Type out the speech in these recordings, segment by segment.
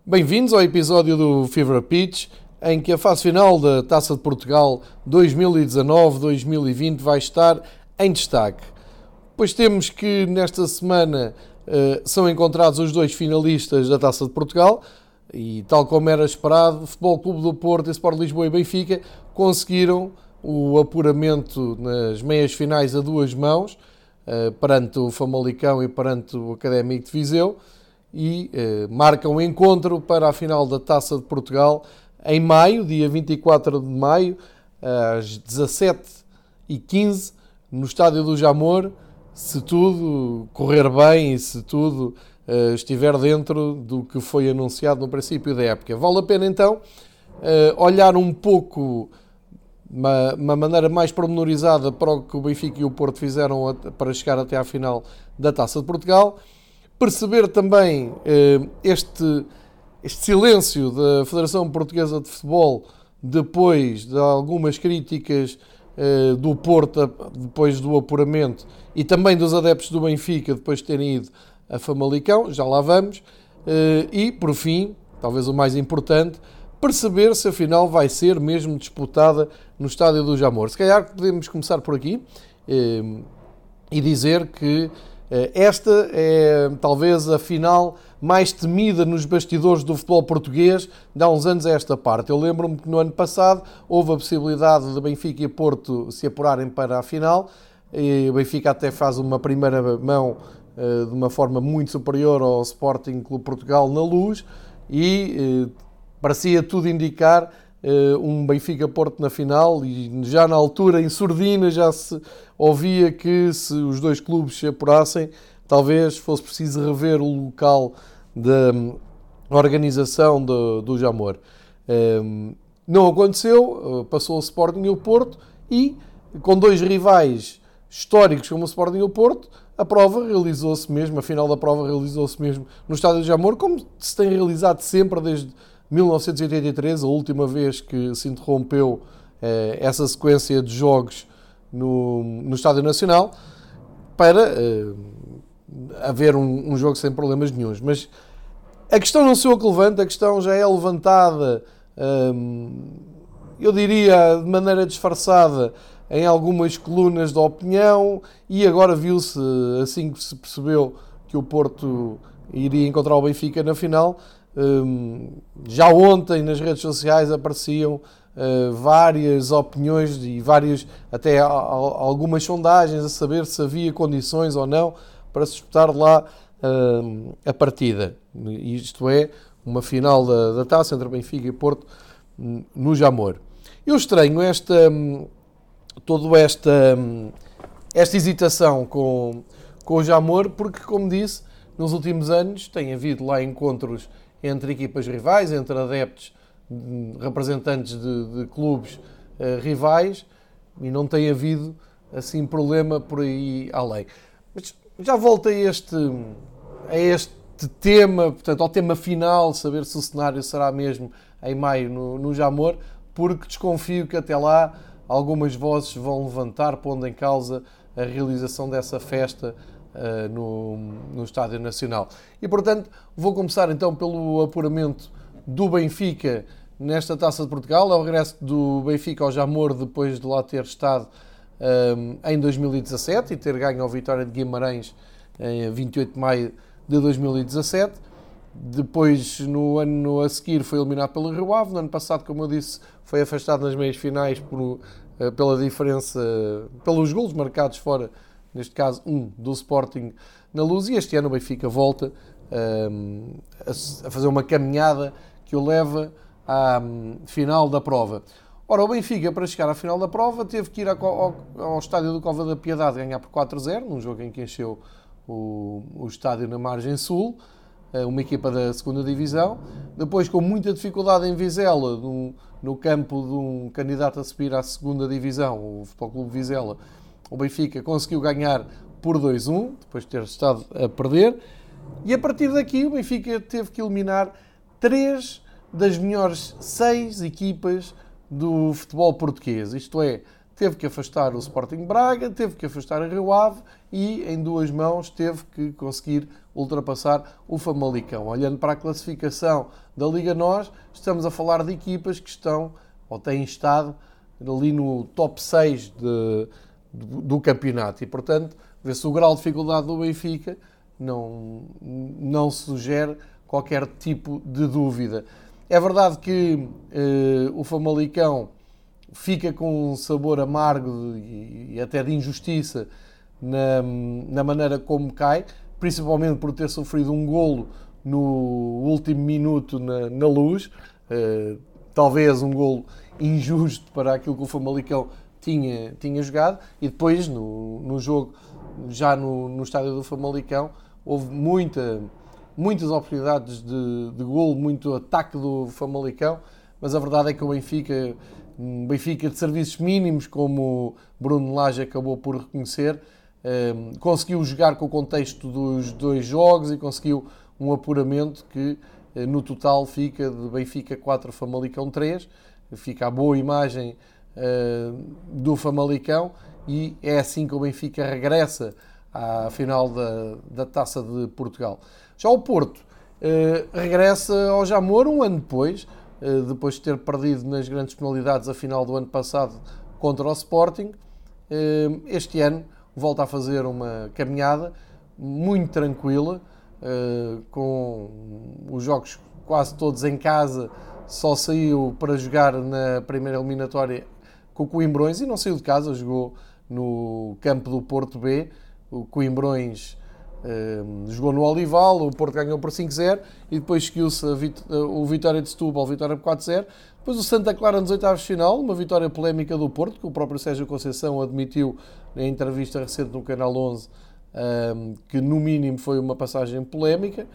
Bem-vindos ao episódio do Fever Pitch, em que a fase final da Taça de Portugal 2019-2020 vai estar em destaque. Pois temos que nesta semana são encontrados os dois finalistas da Taça de Portugal e, tal como era esperado, Futebol Clube do Porto, Sport Lisboa e Benfica conseguiram o apuramento nas meias finais a duas mãos, perante o Famalicão e perante o Académico de Viseu, e marcam o encontro para a final da Taça de Portugal em maio, dia 24 de maio, às 17h15, no Estádio do Jamor, se tudo correr bem e se tudo estiver dentro do que foi anunciado no princípio da época. Vale a pena então olhar um pouco, uma maneira mais pormenorizada, para o que o Benfica e o Porto fizeram para chegar até à final da Taça de Portugal. Perceber também este silêncio da Federação Portuguesa de Futebol depois de algumas críticas do Porto depois do apuramento e também dos adeptos do Benfica depois de terem ido a Famalicão, já lá vamos. E, por fim, talvez o mais importante, perceber se a final vai ser mesmo disputada no Estádio do Jamor. Se calhar podemos começar por aqui e dizer que esta é talvez a final mais temida nos bastidores do futebol português de há uns anos a esta parte. Eu lembro-me que no ano passado houve a possibilidade de Benfica e Porto se apurarem para a final, e o Benfica até faz uma primeira mão de uma forma muito superior ao Sporting Clube Portugal na Luz, e parecia tudo indicar um Benfica-Porto na final, e já na altura, em surdina, já se ouvia que se os dois clubes se apurassem, talvez fosse preciso rever o local da organização do Jamor. Não aconteceu, passou o Sporting e o Porto, e com dois rivais históricos como o Sporting e o Porto, a prova realizou-se mesmo, a final da prova realizou-se mesmo no Estádio do Jamor, como se tem realizado sempre desde 1983, a última vez que se interrompeu essa sequência de jogos no Estádio Nacional, para haver um jogo sem problemas nenhuns. Mas a questão não sou eu que levanta, a questão já é levantada, eu diria, de maneira disfarçada, em algumas colunas de opinião, e agora viu-se, assim que se percebeu que o Porto iria encontrar o Benfica na final. Já ontem nas redes sociais apareciam várias opiniões e até algumas sondagens a saber se havia condições ou não para se disputar lá a partida. Isto é, uma final da Taça entre Benfica e Porto no Jamor. Eu estranho toda esta hesitação com o Jamor, porque, como disse, nos últimos anos tem havido lá encontros entre equipas rivais, entre adeptos, representantes de clubes rivais, e não tem havido assim problema por aí além. Mas já volto a este tema, portanto, ao tema final, saber se o cenário será mesmo em maio no Jamor, porque desconfio que até lá algumas vozes vão levantar, pondo em causa a realização dessa festa no Estádio Nacional. E, portanto, vou começar então pelo apuramento do Benfica nesta Taça de Portugal. É o regresso do Benfica ao Jamor depois de lá ter estado em 2017 e ter ganho a vitória de Guimarães em 28 de maio de 2017. Depois, no ano a seguir, foi eliminado pelo Rio Ave. No ano passado, como eu disse, foi afastado nas meias finais pela diferença, pelos golos marcados fora, neste caso do Sporting na Luz, e este ano o Benfica volta a fazer uma caminhada que o leva à final da prova. Ora, o Benfica, para chegar à final da prova, teve que ir ao estádio do Cova da Piedade ganhar por 4-0, num jogo em que encheu o estádio na margem sul, uma equipa da segunda divisão. Depois, com muita dificuldade em Vizela, no campo de um candidato a subir à segunda divisão, o Futebol Clube Vizela, o Benfica conseguiu ganhar por 2-1, depois de ter estado a perder, e a partir daqui o Benfica teve que eliminar 3 das melhores 6 equipas do futebol português. Isto é, teve que afastar o Sporting Braga, teve que afastar a Rio Ave e, em 2 mãos, teve que conseguir ultrapassar o Famalicão. Olhando para a classificação da Liga NOS, estamos a falar de equipas que estão, ou têm estado, ali no top 6 do campeonato. E, portanto, vê-se o grau de dificuldade do Benfica, não se sugere qualquer tipo de dúvida. É verdade que o Famalicão fica com um sabor amargo e até de injustiça na maneira como cai, principalmente por ter sofrido um golo no último minuto na Luz, talvez um golo injusto para aquilo que o Famalicão tinha jogado, e depois no jogo, já no estádio do Famalicão, houve muitas oportunidades de golo, muito ataque do Famalicão, mas a verdade é que o Benfica de serviços mínimos, como Bruno Lage acabou por reconhecer, conseguiu jogar com o contexto dos 2 jogos e conseguiu um apuramento que no total fica de Benfica 4, Famalicão 3, fica a boa imagem do Famalicão, e é assim que o Benfica regressa à final da Taça de Portugal. Já o Porto regressa ao Jamor um ano depois de ter perdido nas grandes penalidades a final do ano passado contra o Sporting. Este ano volta a fazer uma caminhada muito tranquila, com os jogos quase todos em casa, só saiu para jogar na primeira eliminatória com o Coimbrões e não saiu de casa, jogou no campo do Porto B. O Coimbrões jogou no Olival, o Porto ganhou por 5-0 e depois seguiu-se o Vitória de Setúbal, vitória por 4-0. Depois o Santa Clara nos oitavos de final, uma vitória polémica do Porto, que o próprio Sérgio Conceição admitiu em entrevista recente no Canal 11, que no mínimo foi uma passagem polémica.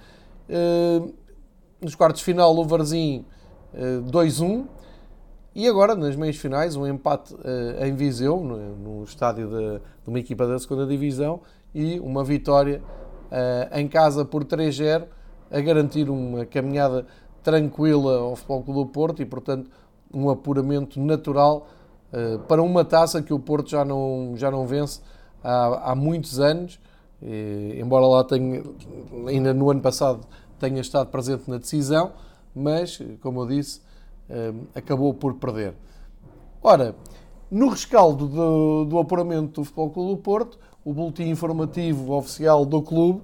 Nos quartos de final o Varzim 2-1 e agora nas meias finais um empate em Viseu, no estádio de uma equipa da 2ª Divisão, e uma vitória em casa por 3-0, a garantir uma caminhada tranquila ao Futebol Clube do Porto e, portanto, um apuramento natural para uma taça que o Porto já não vence há muitos anos, embora lá ainda no ano passado tenha estado presente na decisão, mas, como eu disse, acabou por perder. Ora, no rescaldo do apuramento do Futebol Clube do Porto, o boletim informativo oficial do clube,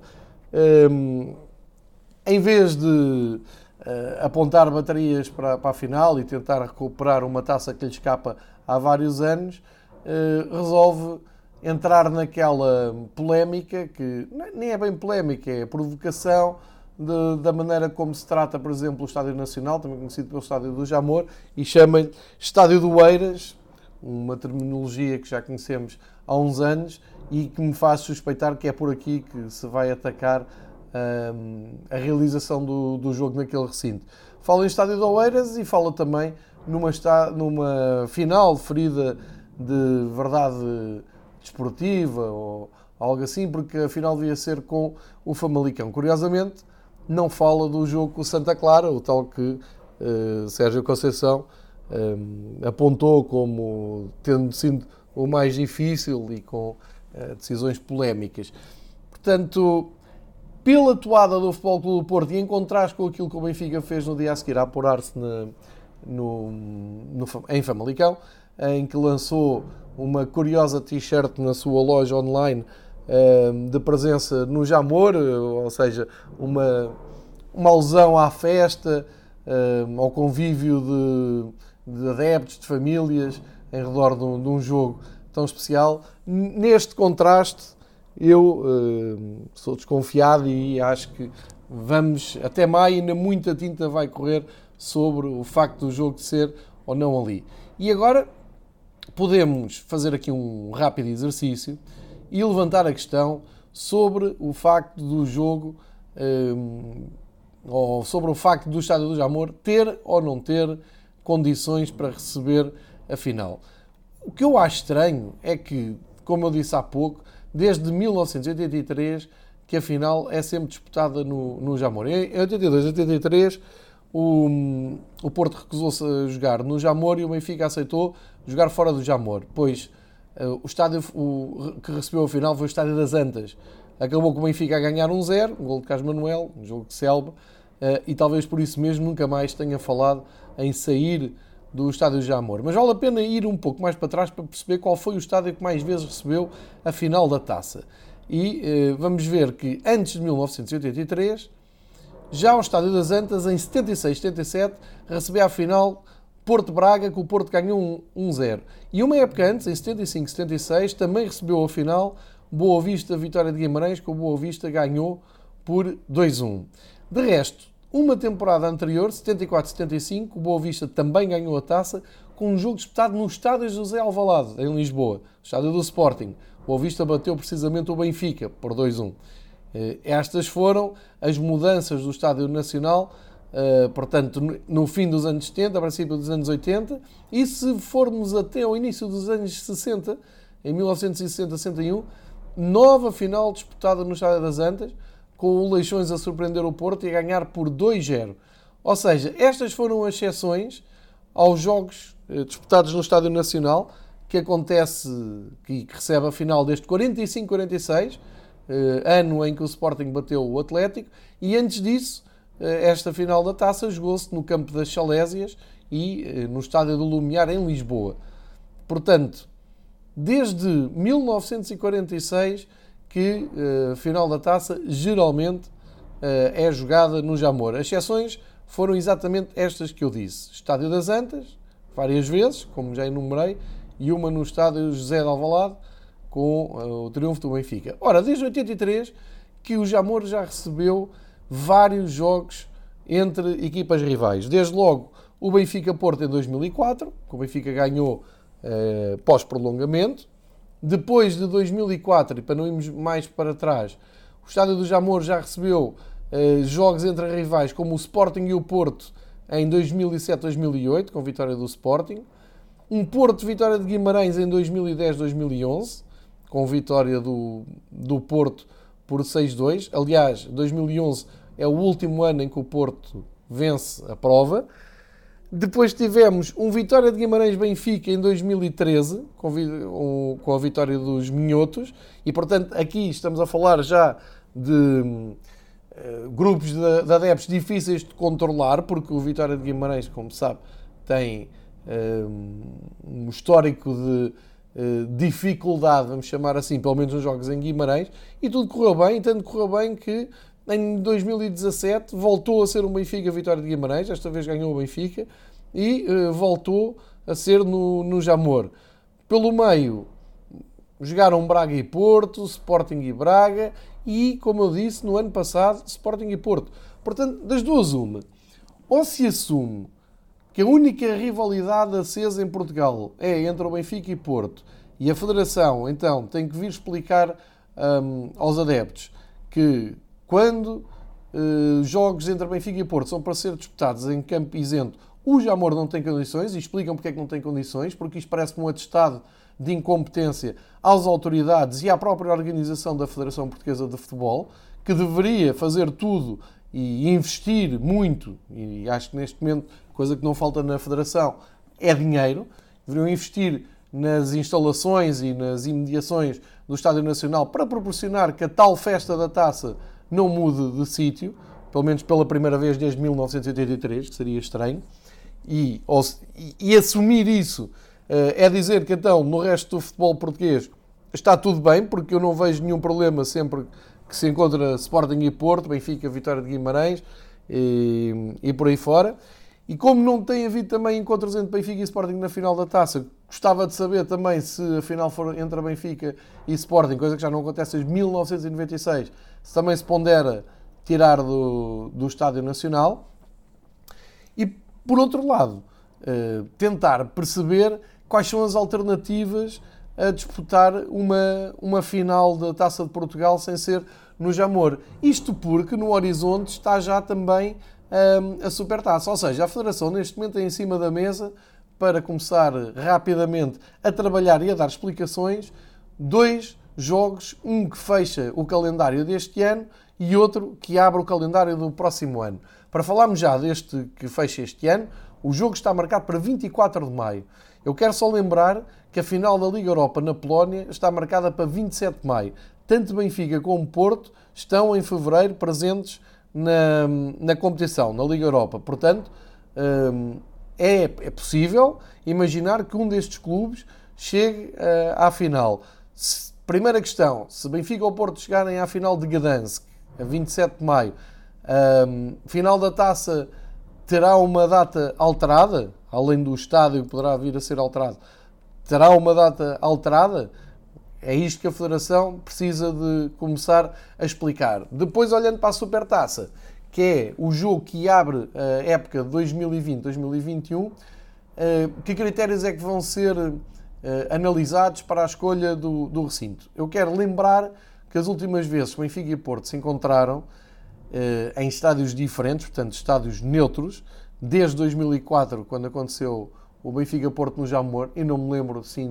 em vez de apontar baterias para a final e tentar recuperar uma taça que lhe escapa há vários anos, resolve entrar naquela polémica, que nem é bem polémica, é provocação da maneira como se trata, por exemplo, o Estádio Nacional, também conhecido pelo Estádio do Jamor, e chama-lhe Estádio do Eiras, uma terminologia que já conhecemos há uns anos e que me faz suspeitar que é por aqui que se vai atacar a realização do jogo naquele recinto. Fala em Estádio do Oeiras e fala também numa final ferida de verdade desportiva ou algo assim, porque a final devia ser com o Famalicão. Curiosamente, não fala do jogo com o Santa Clara, o tal que Sérgio Conceição apontou como tendo sido o mais difícil e com decisões polémicas. Portanto, pela toada do Futebol Clube do Porto e em contraste com aquilo que o Benfica fez no dia a seguir a apurar-se em Famalicão, em que lançou uma curiosa t-shirt na sua loja online de presença no Jamor, ou seja, uma alusão à festa, ao convívio de adeptos, de famílias, em redor de um jogo tão especial. Neste contraste, eu sou desconfiado e acho que vamos, até maio, ainda muita tinta vai correr sobre o facto do jogo de ser ou não ali. E agora podemos fazer aqui um rápido exercício e levantar a questão sobre o facto do jogo, ou sobre o facto do Estádio do Jamor ter ou não ter condições para receber a final. O que eu acho estranho é que, como eu disse há pouco, desde 1983 que a final é sempre disputada no Jamor. Em 82 e 83 o Porto recusou-se a jogar no Jamor e o Benfica aceitou jogar fora do Jamor, pois o estádio que recebeu a final foi o Estádio das Antas. Acabou com o Benfica a ganhar 1-0, um gol de Carlos Manuel, um jogo de Selva, e talvez por isso mesmo nunca mais tenha falado em sair do Estádio Jamor. Mas vale a pena ir um pouco mais para trás para perceber qual foi o estádio que mais vezes recebeu a final da Taça. E vamos ver que antes de 1983, já o Estádio das Antas, em 76-77, recebia a final Porto-Braga, que o Porto ganhou 1-0. E uma época antes, em 75-76, também recebeu a final Boa Vista-Vitória de Guimarães, que o Boa Vista ganhou por 2-1. De resto, uma temporada anterior, 74-75, o Boa Vista também ganhou a taça, com um jogo disputado no Estádio José Alvalade, em Lisboa, estádio do Sporting. O Boa Vista bateu precisamente o Benfica por 2-1. Estas foram as mudanças do Estádio Nacional, portanto, no fim dos anos 70, a princípio dos anos 80, e se formos até ao início dos anos 60, em 1960-61, nova final disputada no Estádio das Antas, com o Leixões a surpreender o Porto e a ganhar por 2-0. Ou seja, estas foram as exceções aos jogos disputados no Estádio Nacional, que acontece, que recebe a final deste 45-46, ano em que o Sporting bateu o Atlético, e antes disso, esta final da taça jogou-se no campo das Chalésias e no Estádio do Lumiar, em Lisboa. Portanto, desde 1946 que a final da taça geralmente é jogada no Jamor. As exceções foram exatamente estas que eu disse. Estádio das Antas, várias vezes, como já enumerei, e uma no Estádio José de Alvalade, com o triunfo do Benfica. Ora, desde 83 que o Jamor já recebeu vários jogos entre equipas rivais. Desde logo o Benfica-Porto em 2004, que o Benfica ganhou pós-prolongamento. Depois de 2004, e para não irmos mais para trás, o Estádio do Jamor já recebeu jogos entre rivais como o Sporting e o Porto em 2007-2008, com vitória do Sporting. Um Porto-Vitória de Guimarães em 2010-2011, com vitória do Porto por 6-2. Aliás, 2011 é o último ano em que o Porto vence a prova. Depois tivemos um Vitória de Guimarães-Benfica em 2013, com a vitória dos Minhotos, e portanto aqui estamos a falar já de grupos de adeptos difíceis de controlar, porque o Vitória de Guimarães, como sabe, tem um histórico de dificuldade, vamos chamar assim, pelo menos nos jogos em Guimarães, e tudo correu bem, tanto correu bem que em 2017 voltou a ser um Benfica-Vitória de Guimarães, esta vez ganhou o Benfica, e voltou a ser no Jamor. Pelo meio, jogaram Braga e Porto, Sporting e Braga, e, como eu disse, no ano passado, Sporting e Porto. Portanto, das duas uma. Ou se assume que a única rivalidade acesa em Portugal é entre o Benfica e Porto, e a Federação, então, tem que vir explicar aos adeptos que quando jogos entre Benfica e Porto são para ser disputados em campo isento, o Jamor não tem condições, e explicam porque é que não tem condições, porque isto parece-me um atestado de incompetência às autoridades e à própria organização da Federação Portuguesa de Futebol, que deveria fazer tudo e investir muito, e acho que neste momento, coisa que não falta na Federação, é dinheiro. Deveriam investir nas instalações e nas imediações do Estádio Nacional para proporcionar que a tal festa da taça não mude de sítio, pelo menos pela primeira vez desde 1983, que seria estranho, e assumir isso é dizer que então no resto do futebol português está tudo bem, porque eu não vejo nenhum problema sempre que se encontra Sporting e Porto, Benfica, Vitória de Guimarães e por aí fora. E como não tem havido também encontros entre Benfica e Sporting na final da taça, gostava de saber também se a final for entre Benfica e Sporting, coisa que já não acontece desde 1996, se também se pondera tirar do Estádio Nacional. E, por outro lado, tentar perceber quais são as alternativas a disputar uma final da Taça de Portugal sem ser no Jamor. Isto porque no horizonte está já também a Supertaça. Ou seja, a Federação neste momento é em cima da mesa para começar rapidamente a trabalhar e a dar explicações. 2 jogos, um que fecha o calendário deste ano e outro que abre o calendário do próximo ano. Para falarmos já deste que fecha este ano, O jogo está marcado para 24 de maio. Eu quero só lembrar que a final da Liga Europa na Polónia está marcada para 27 de maio. Tanto Benfica como Porto estão em fevereiro presentes na competição, na Liga Europa. Portanto, é possível imaginar que um destes clubes chegue à final. Primeira questão, se Benfica ou Porto chegarem à final de Gdansk, a 27 de maio, final da taça terá uma data alterada, além do estádio que poderá vir a ser alterado, terá uma data alterada? É isto que a Federação precisa de começar a explicar. Depois, olhando para a Supertaça, que é o jogo que abre a época de 2020-2021, que critérios é que vão ser analisados para a escolha do recinto? Eu quero lembrar que as últimas vezes que Benfica e Porto se encontraram em estádios diferentes, portanto estádios neutros, desde 2004, quando aconteceu o Benfica-Porto no Jamor, e não me lembro assim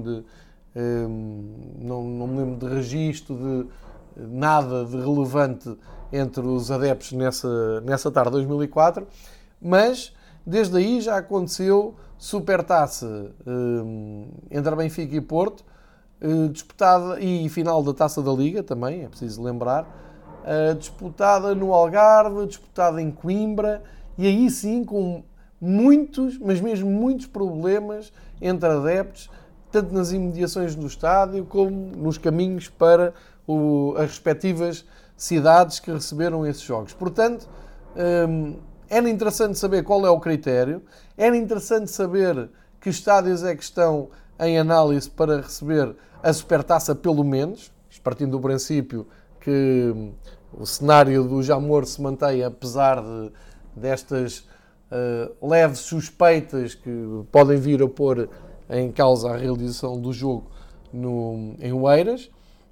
não me lembro de registro de nada de relevante entre os adeptos nessa tarde de 2004, mas desde aí já aconteceu Supertaça entre Benfica e Porto, disputada, e final da Taça da Liga também, é preciso lembrar, disputada no Algarve, disputada em Coimbra, e aí sim com muitos, mas mesmo muitos problemas entre adeptos, tanto nas imediações do estádio como nos caminhos para as respectivas cidades que receberam esses jogos. Portanto, era interessante saber qual é o critério, era interessante saber que estádios é que estão em análise para receber a Supertaça, pelo menos, partindo do princípio que o cenário do Jamor se mantém, apesar destas leves suspeitas que podem vir a pôr em causa a realização do jogo em Oeiras,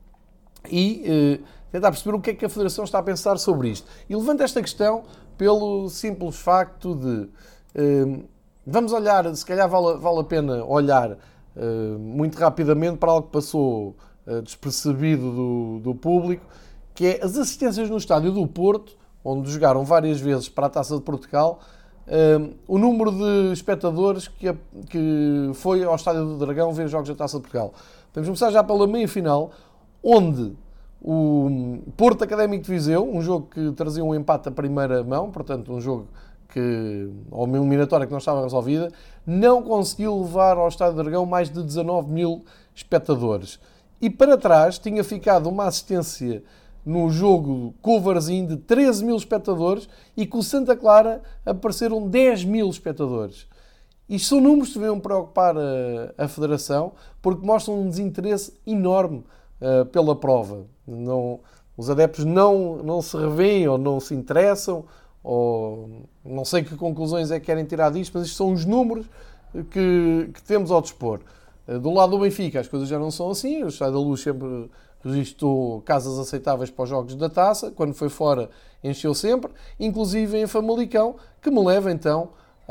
e tentar perceber o que é que a Federação está a pensar sobre isto. E levanta esta questão pelo simples facto de vamos olhar, se calhar vale a pena olhar muito rapidamente para algo que passou despercebido do público, que é as assistências no estádio do Porto, onde jogaram várias vezes para a Taça de Portugal, o número de espectadores que foi ao Estádio do Dragão ver jogos da Taça de Portugal. Vamos começar já pela meia-final, onde o Porto Académico de Viseu, um jogo que trazia um empate à primeira mão, portanto um jogo ou uma eliminatória que não estava resolvida, não conseguiu levar ao Estádio do Dragão mais de 19 mil espectadores. E para trás tinha ficado uma assistência no jogo com o Varzim de 13 mil espectadores, e com o Santa Clara apareceram 10 mil espectadores. Isto são números que deviam preocupar a Federação, porque mostram um desinteresse enorme pela prova. Os adeptos não se revêem ou não se interessam, ou não sei que conclusões é que querem tirar disto, mas isto são os números que temos ao dispor. Do lado do Benfica as coisas já não são assim, o Estádio da Luz sempre registrou casas aceitáveis para os jogos da Taça, quando foi fora encheu sempre, inclusive em Famalicão, que me leva então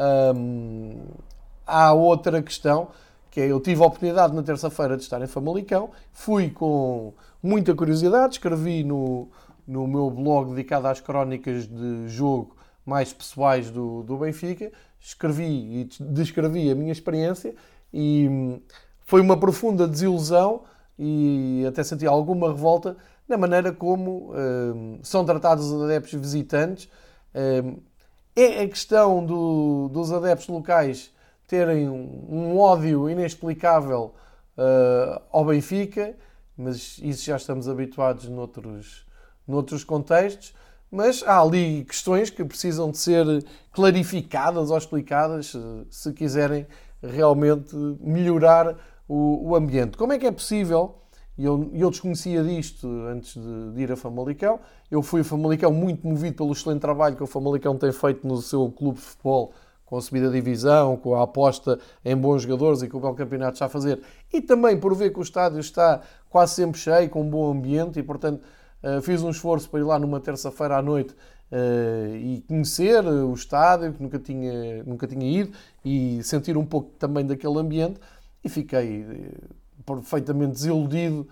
à outra questão, que é, eu tive a oportunidade na terça-feira de estar em Famalicão, fui com muita curiosidade, escrevi no meu blog dedicado às crónicas de jogo mais pessoais do Benfica, escrevi e descrevi a minha experiência, e foi uma profunda desilusão e até senti alguma revolta na maneira como são tratados os adeptos visitantes. É a questão dos adeptos locais terem um ódio inexplicável ao Benfica, mas isso já estamos habituados noutros contextos. Mas há ali questões que precisam de ser clarificadas ou explicadas se quiserem realmente melhorar o ambiente. Como é que é possível? E eu desconhecia disto antes de ir a Famalicão. Eu fui a Famalicão muito movido pelo excelente trabalho que o Famalicão tem feito no seu clube de futebol, com a subida da divisão, com a aposta em bons jogadores e com o que o campeonato está a fazer. E também por ver que o estádio está quase sempre cheio, com um bom ambiente, e portanto fiz um esforço para ir lá numa terça-feira à noite e conhecer o estádio, que nunca tinha ido, e sentir um pouco também daquele ambiente, e fiquei perfeitamente desiludido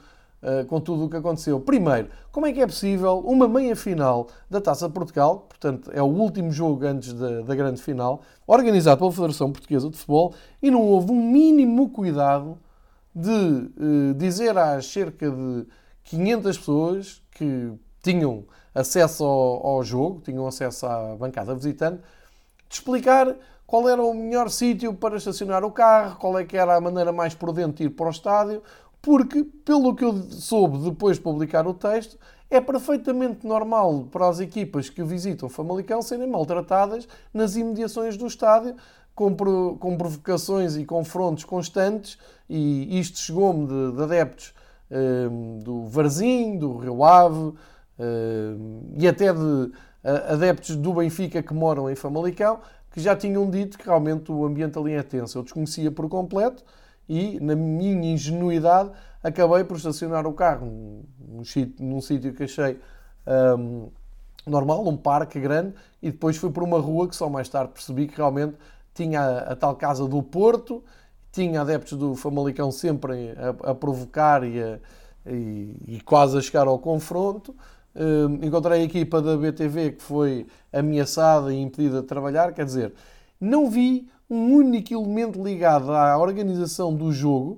com tudo o que aconteceu. Primeiro, como é que é possível uma meia-final da Taça de Portugal, portanto é o último jogo antes da grande final, organizado pela Federação Portuguesa de Futebol, e não houve um mínimo cuidado de dizer às cerca de 500 pessoas que tinham acesso ao jogo, tinham acesso à bancada visitante, de explicar qual era o melhor sítio para estacionar o carro, qual é que era a maneira mais prudente de ir para o estádio, porque, pelo que eu soube depois de publicar o texto, é perfeitamente normal para as equipas que visitam Famalicão serem maltratadas nas imediações do estádio, com provocações e confrontos constantes, e isto chegou-me de adeptos do Varzim, do Rio Ave, e até de adeptos do Benfica que moram em Famalicão, que já tinham dito que realmente o ambiente ali é tenso. Eu desconhecia por completo e, na minha ingenuidade, acabei por estacionar o carro num sítio que achei normal, um parque grande, e depois fui por uma rua que só mais tarde percebi que realmente tinha a tal Casa do Porto, tinha adeptos do Famalicão sempre a provocar e quase a chegar ao confronto. Encontrei a equipa da BTV que foi ameaçada e impedida de trabalhar, quer dizer, não vi um único elemento ligado à organização do jogo,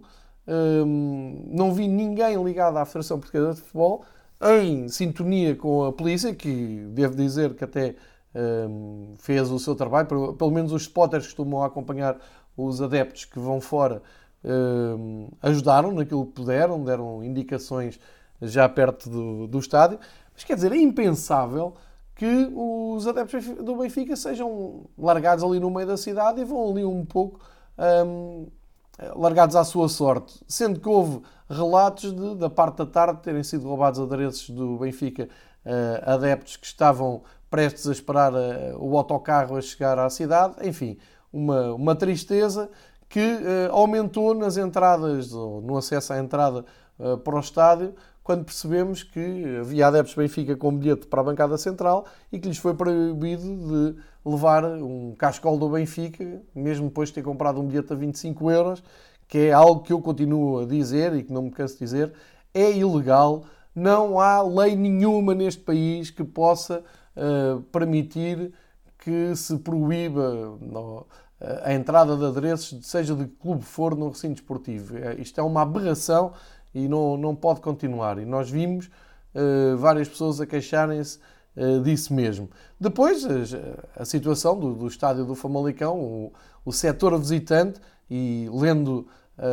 não vi ninguém ligado à Federação Portuguesa de Futebol, em sintonia com a polícia, que devo dizer que até fez o seu trabalho, pelo menos os spotters que costumam acompanhar os adeptos que vão fora ajudaram naquilo que puderam, deram indicações já perto do estádio. Mas quer dizer, é impensável que os adeptos do Benfica sejam largados ali no meio da cidade e vão ali um pouco largados à sua sorte. Sendo que houve relatos da parte da tarde terem sido roubados adereços do Benfica, adeptos que estavam prestes a esperar o autocarro a chegar à cidade. Enfim, uma tristeza que aumentou nas entradas, ou no acesso à entrada para o estádio, quando percebemos que havia adeptos Benfica com bilhete para a bancada central e que lhes foi proibido de levar um cascol do Benfica, mesmo depois de ter comprado um bilhete a 25 euros, que é algo que eu continuo a dizer e que não me canso de dizer, é ilegal. Não há lei nenhuma neste país que possa permitir que se proíba a entrada de adereços, seja de que clube for, no recinto esportivo. Isto é uma aberração e não pode continuar. E nós vimos várias pessoas a queixarem-se disso mesmo. Depois, a situação do estádio do Famalicão, o setor visitante, e lendo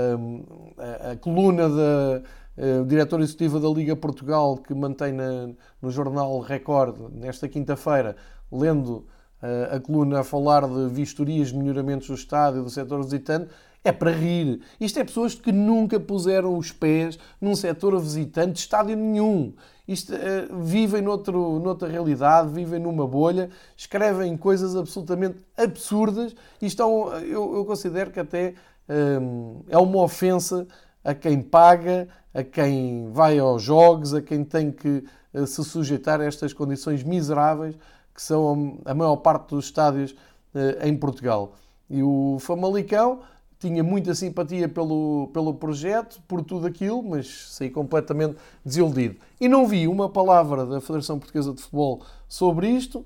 a coluna da diretora executiva da Liga Portugal, que mantém no jornal Record, nesta quinta-feira, lendo a coluna a falar de vistorias de melhoramentos do estádio, do setor visitante, é para rir. Isto é pessoas que nunca puseram os pés num setor visitante de estádio nenhum. Vivem noutra realidade, vivem numa bolha, escrevem coisas absolutamente absurdas e eu considero que até é uma ofensa a quem paga, a quem vai aos jogos, a quem tem que se sujeitar a estas condições miseráveis que são a maior parte dos estádios em Portugal. E o Famalicão tinha muita simpatia pelo projeto, por tudo aquilo, mas saí completamente desiludido. E não vi uma palavra da Federação Portuguesa de Futebol sobre isto.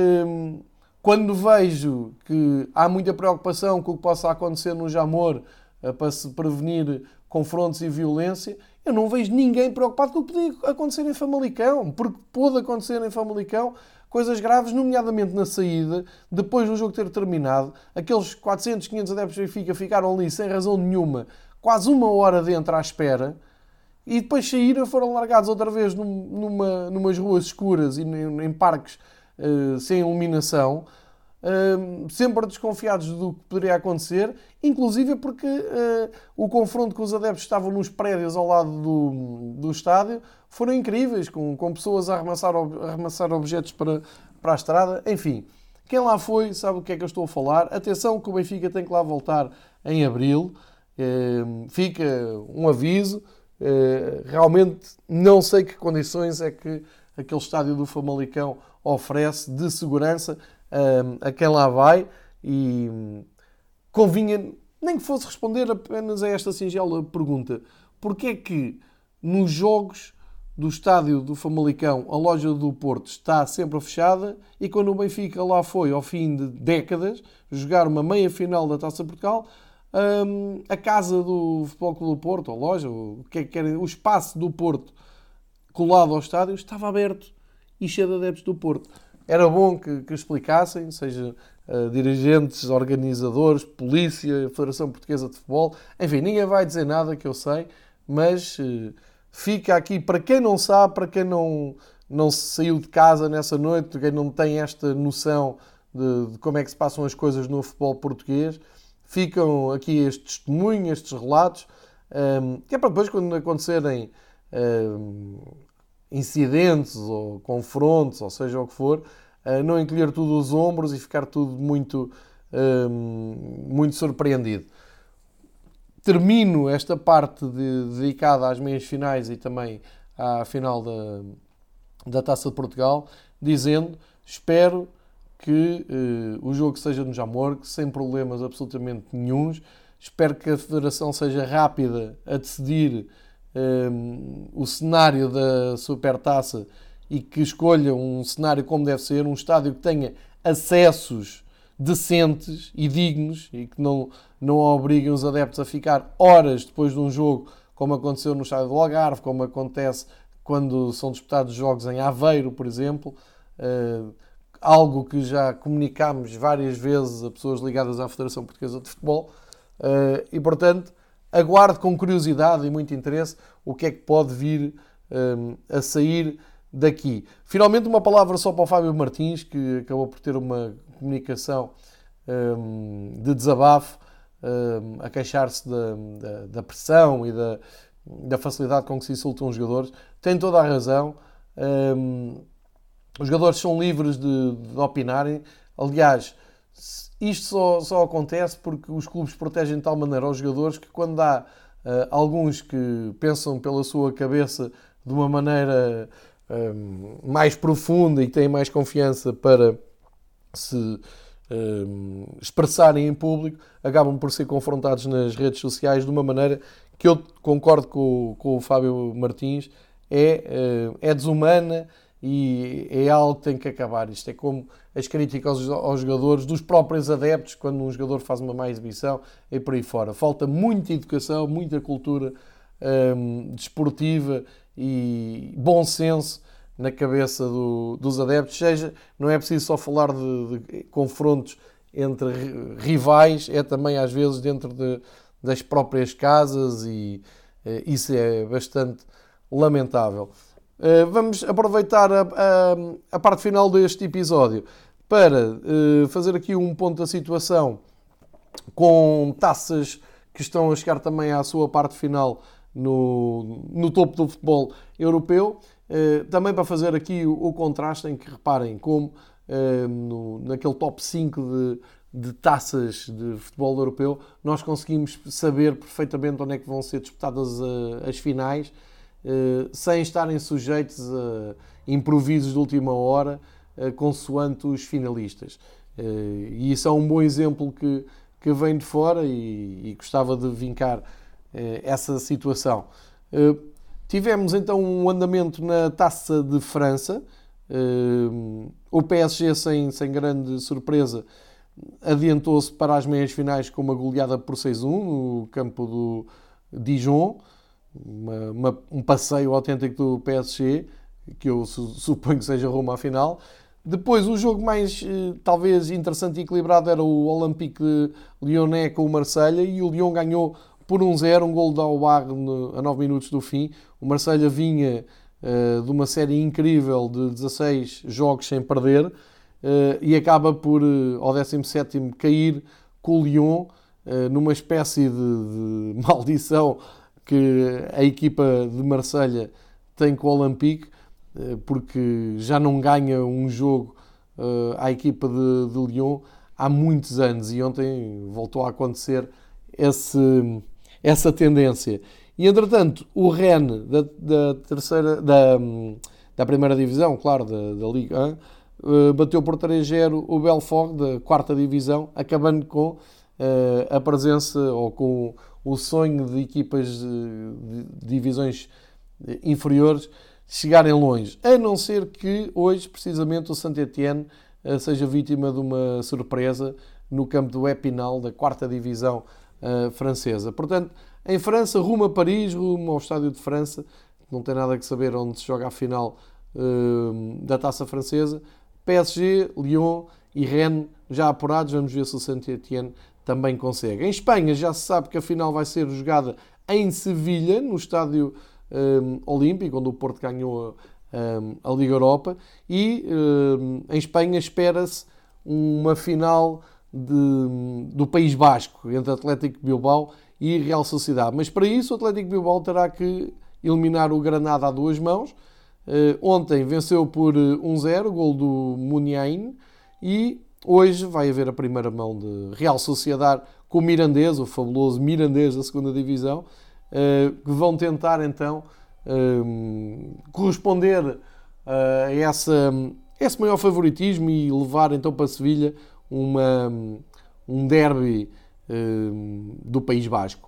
Quando vejo que há muita preocupação com o que possa acontecer no Jamor para se prevenir confrontos e violência, eu não vejo ninguém preocupado com o que podia acontecer em Famalicão, porque pôde acontecer em Famalicão coisas graves, nomeadamente na saída, depois do jogo ter terminado. Aqueles 400, 500 adeptos do Benfica ficaram ali sem razão nenhuma, quase uma hora dentro à espera, e depois saíram, foram largados outra vez numas ruas escuras e em parques sem iluminação, sempre desconfiados do que poderia acontecer, inclusive porque o confronto com os adeptos que estavam nos prédios ao lado do estádio foram incríveis, com pessoas a arremessar objetos para a estrada. Enfim, quem lá foi sabe o que é que eu estou a falar. Atenção que o Benfica tem que lá voltar em abril. Fica um aviso. Realmente não sei que condições é que aquele estádio do Famalicão oferece de segurança a quem lá vai, e convinha nem que fosse responder apenas a esta singela pergunta: porquê é que nos jogos do estádio do Famalicão, a loja do Porto está sempre fechada, e quando o Benfica lá foi, ao fim de décadas, jogar uma meia-final da Taça de Portugal, a casa do Futebol Clube do Porto, a loja, o espaço do Porto colado ao estádio, estava aberto e cheio de adeptos do Porto. Era bom que explicassem, seja dirigentes, organizadores, polícia, Federação Portuguesa de Futebol, enfim, ninguém vai dizer nada, que eu sei, mas fica aqui, para quem não sabe, para quem não saiu de casa nessa noite, quem não tem esta noção de como é que se passam as coisas no futebol português, ficam aqui estes testemunhos, estes relatos, que é para depois, quando acontecerem incidentes ou confrontos, ou seja o que for, não encolher tudo os ombros e ficar tudo muito surpreendido. Termino esta parte dedicada às meias finais e também à final da Taça de Portugal, dizendo: espero que o jogo seja no Jamor, sem problemas absolutamente nenhuns. Espero que a Federação seja rápida a decidir o cenário da Supertaça e que escolha um cenário como deve ser, um estádio que tenha acessos decentes e dignos e que não obriguem os adeptos a ficar horas depois de um jogo, como aconteceu no estádio do Algarve, como acontece quando são disputados jogos em Aveiro, por exemplo. Algo que já comunicámos várias vezes a pessoas ligadas à Federação Portuguesa de Futebol. E, portanto, aguardo com curiosidade e muito interesse o que é que pode vir a sair daqui. Finalmente, uma palavra só para o Fábio Martins, que acabou por ter uma comunicação de desabafo, a queixar-se da pressão e da facilidade com que se insultam os jogadores. Tem toda a razão. Os jogadores são livres de opinarem. Aliás, isto só acontece porque os clubes protegem de tal maneira os jogadores que, quando há alguns que pensam pela sua cabeça de uma maneira mais profunda e que têm mais confiança para se expressarem em público, acabam por ser confrontados nas redes sociais de uma maneira que eu concordo com o Fábio Martins, é desumana e é algo que tem que acabar. Isto é como as críticas aos jogadores, dos próprios adeptos, quando um jogador faz uma má exibição e por aí fora. Falta muita educação, muita cultura desportiva e bom senso na cabeça dos adeptos. Não é preciso só falar de confrontos entre rivais, é também às vezes dentro das próprias casas, e isso é bastante lamentável. Vamos aproveitar a parte final deste episódio para fazer aqui um ponto da situação com taças que estão a chegar também à sua parte final no topo do futebol europeu. Também para fazer aqui o contraste, em que reparem como naquele top 5 de taças de futebol europeu nós conseguimos saber perfeitamente onde é que vão ser disputadas as finais, sem estarem sujeitos a improvisos de última hora, consoante os finalistas. E isso é um bom exemplo que vem de fora, e gostava de vincar essa situação. Tivemos então um andamento na Taça de França. O PSG, sem grande surpresa, adiantou-se para as meias finais com uma goleada por 6-1 no campo do Dijon. Um passeio autêntico do PSG, que eu suponho que seja rumo à final. Depois, o jogo mais talvez interessante e equilibrado era o Olympique de Lyonnais com o Marselha, e o Lyon ganhou por 1-0, um gol de Aouar a 9 minutos do fim. O Marselha vinha de uma série incrível de 16 jogos sem perder, e acaba por, ao 17º, cair com o Lyon, numa espécie de maldição que a equipa de Marselha tem com o Olympique, porque já não ganha um jogo à equipa de Lyon há muitos anos, e ontem voltou a acontecer essa tendência. E, entretanto, o Rennes da primeira divisão, claro, da Ligue 1, bateu por 3-0 o Belfort da quarta divisão, acabando com a presença, ou com o sonho de equipas de divisões inferiores chegarem longe. A não ser que hoje, precisamente, o Saint-Étienne seja vítima de uma surpresa no campo do Épinal, da 4ª divisão francesa. Portanto, em França, rumo a Paris, rumo ao Estádio de França, não tem nada que saber onde se joga a final da Taça Francesa. PSG, Lyon e Rennes já apurados. Vamos ver se o Saint-Étienne também consegue. Em Espanha já se sabe que a final vai ser jogada em Sevilha, no Estádio Olímpico, onde o Porto ganhou a Liga Europa. E em Espanha espera-se uma final do País Basco, entre Atlético Bilbao e Real Sociedade. Mas para isso o Atlético Bilbao terá que eliminar o Granada a 2 mãos. Ontem venceu por 1-0, gol do Muniain, e hoje vai haver a primeira mão de Real Sociedade com o Mirandés, o fabuloso Mirandés da 2ª Divisão, que vão tentar então corresponder a esse maior favoritismo e levar então para Sevilha um derby do País Basco.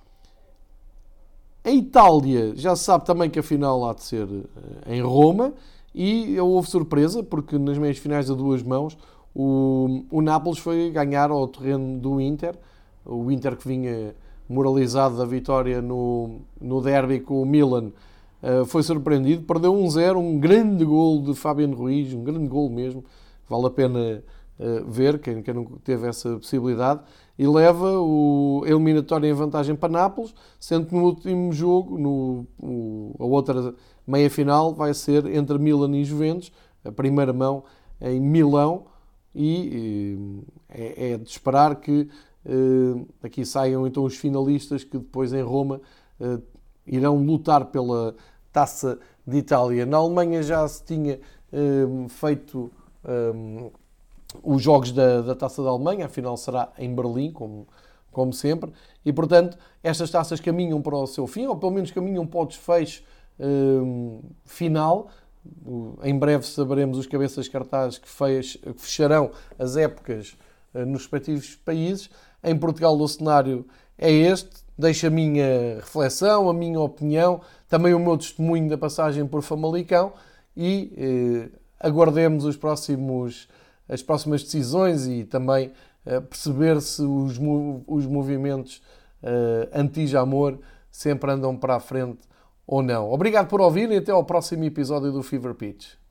Em Itália, já se sabe também que a final há de ser em Roma, e houve surpresa, porque nas meias finais a 2 mãos o Nápoles foi ganhar ao terreno do Inter, o Inter que vinha moralizado da vitória no derby com o Milan, foi surpreendido, perdeu 1-0, um grande gol de Fabián Ruiz, um grande gol mesmo, vale a pena ver, quem não teve essa possibilidade, e leva a eliminatória em vantagem para Nápoles, sendo que no último jogo, a outra meia-final, vai ser entre Milan e Juventus, a primeira mão em Milão, e é de esperar que aqui saiam então os finalistas que depois em Roma irão lutar pela Taça de Itália. Na Alemanha já se tinha feito os jogos da Taça da Alemanha, afinal será em Berlim, como sempre, e portanto estas taças caminham para o seu fim, ou pelo menos caminham para o desfecho final. Em breve saberemos os cabeças de cartaz que fecharão as épocas nos respectivos países. Em Portugal o cenário é este, deixo a minha reflexão, a minha opinião, também o meu testemunho da passagem por Famalicão, e aguardemos as próximas decisões e também perceber se os movimentos anti-Jamor sempre andam para a frente ou não. Obrigado por ouvirem e até ao próximo episódio do Fever Pitch.